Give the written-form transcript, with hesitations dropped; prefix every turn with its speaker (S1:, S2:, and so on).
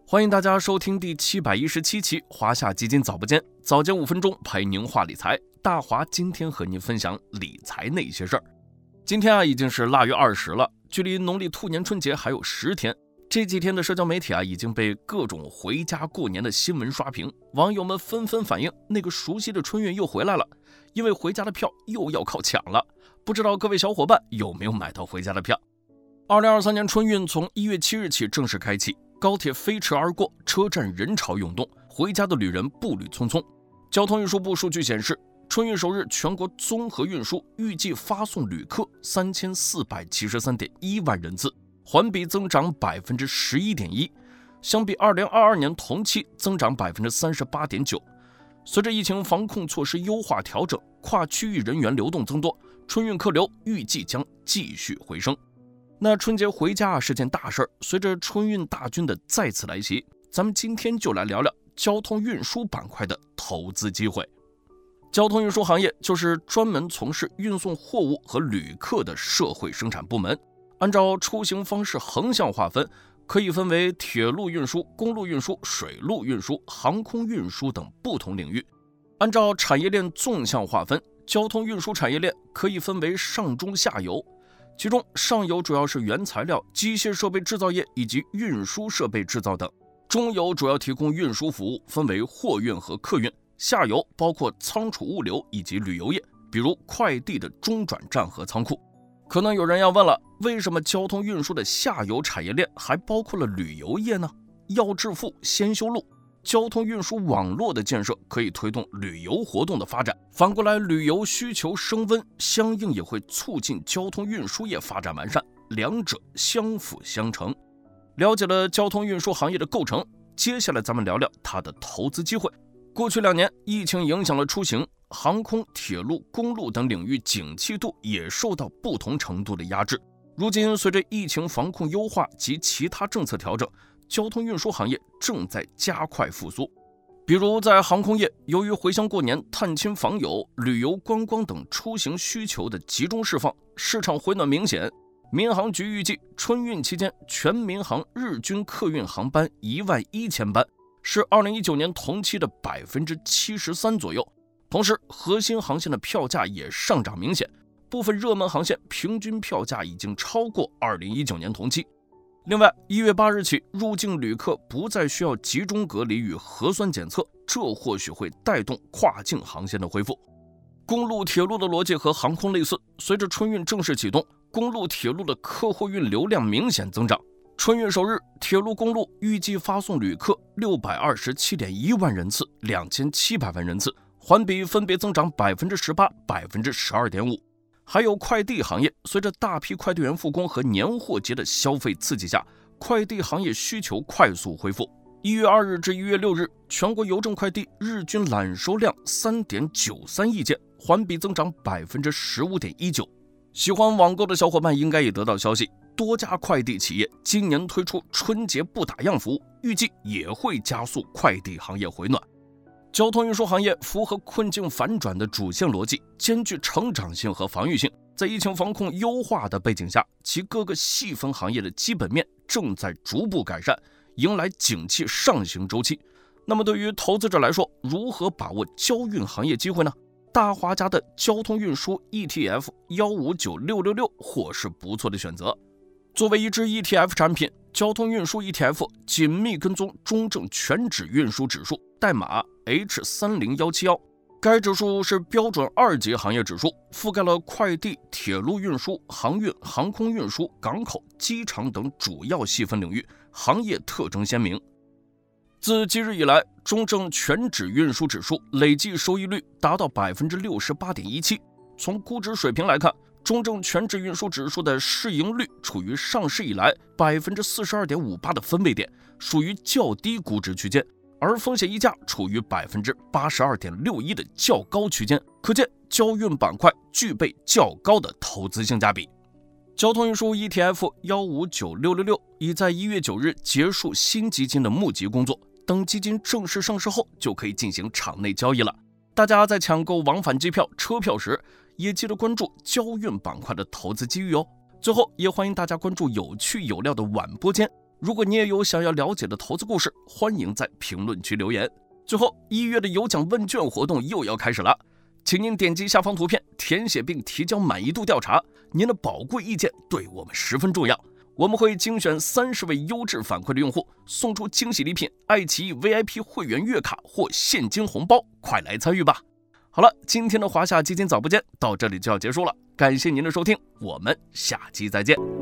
S1: 欢迎大家收听第717期华夏基金早不间，早间5分钟陪您话理财。大华今天和您分享理财那些事儿。今天已经是腊月20了，距离农历兔年春节还有10天。这几天的社交媒体已经被各种回家过年的新闻刷屏，网友们纷纷反映那个熟悉的春运又回来了，因为回家的票又要靠抢了。不知道各位小伙伴有没有买到回家的票？2023年春运从1月7日起正式开启，高铁飞驰而过，车站人潮涌动，回家的旅人步履匆匆。交通运输部数据显示，春运首日全国综合运输预计发送旅客3473.1万人次，环比增长 11.1%， 相比2022年同期增长 38.9%。 随着疫情防控措施优化调整，跨区域人员流动增多，春运客流预计将继续回升。那春节回家是件大事儿，随着春运大军的再次来袭，咱们今天就来聊聊交通运输板块的投资机会。交通运输行业就是专门从事运送货物和旅客的社会生产部门，按照出行方式横向划分，可以分为铁路运输、公路运输、水路运输、航空运输等不同领域。按照产业链纵向划分，交通运输产业链可以分为上中下游，其中上游主要是原材料、机械设备制造业以及运输设备制造等，中游主要提供运输服务，分为货运和客运，下游包括仓储物流以及旅游业，比如快递的中转站和仓库。可能有人要问了，为什么交通运输的下游产业链还包括了旅游业呢？要致富先修路，交通运输网络的建设可以推动旅游活动的发展，反过来旅游需求升温，相应也会促进交通运输业发展完善，两者相辅相成。了解了交通运输行业的构成，接下来咱们聊聊它的投资机会。过去2年，疫情影响了出行，航空、铁路、公路等领域景气度也受到不同程度的压制。如今随着疫情防控优化及其他政策调整，交通运输行业正在加快复苏。比如在航空业，由于回乡过年、探亲访友、旅游观光等出行需求的集中释放，市场回暖明显。民航局预计春运期间全民航日均客运航班11000班，是2019年同期的 73% 左右。同时核心航线的票价也上涨明显，部分热门航线平均票价已经超过2019年同期。另外1月8日起，入境旅客不再需要集中隔离与核酸检测，这或许会带动跨境航线的恢复。公路铁路的逻辑和航空类似，随着春运正式启动，公路铁路的客货运流量明显增长。春运首日，铁路公路预计发送旅客627.1万人次、2700万人次，环比分别增长 18%、12.5%。还有快递行业，随着大批快递员复工和年货节的消费刺激下，快递行业需求快速恢复。1月2日至1月6日，全国邮政快递日均揽收量 3.93 亿件，环比增长 15.19%。喜欢网购的小伙伴应该也得到消息，多家快递企业今年推出春节不打烊服务，预计也会加速快递行业回暖。交通运输行业符合困境反转的主线逻辑，兼具成长性和防御性。在疫情防控优化的背景下，其各个细分行业的基本面正在逐步改善，迎来景气上行周期。那么对于投资者来说，如何把握交运行业机会呢？大华家的交通运输 ETF 159666或是不错的选择。作为一支 ETF 产品，交通运输 ETF 紧密跟踪中证全指运输指数，代码 H30171。该指数是标准2级行业指数，覆盖了快递、铁路运输、航运、航空运输、港口、机场等主要细分领域，行业特征鲜明。自即日以来，中证全指运输指数累计收益率达到 68.17%。从估值水平来看，中证全指运输指数的市盈率处于上市以来 42.58% 的分位点，属于较低估值区间，而风险溢价处于 82.61% 的较高区间，可见交运板块具备较高的投资性价比。交通运输 ETF 159666已在1月9日结束新基金的募集工作，等基金正式上市后就可以进行场内交易了。大家在抢购往返机票、车票时，也记得关注交运板块的投资机遇哦。最后也欢迎大家关注有趣有料的晚播间， 如果你也有想要了解的投资故事，欢迎在评论区留言。最后，1月的有奖问卷活动又要开始了，请您点击下方图片填写并提交满意度调查，您的宝贵意见对我们十分重要。我们会精选30位优质反馈的用户，送出惊喜礼品爱奇艺 VIP 会员月卡或现金红包，快来参与吧。好了，今天的华夏基金早不见到这里就要结束了，感谢您的收听，我们下期再见。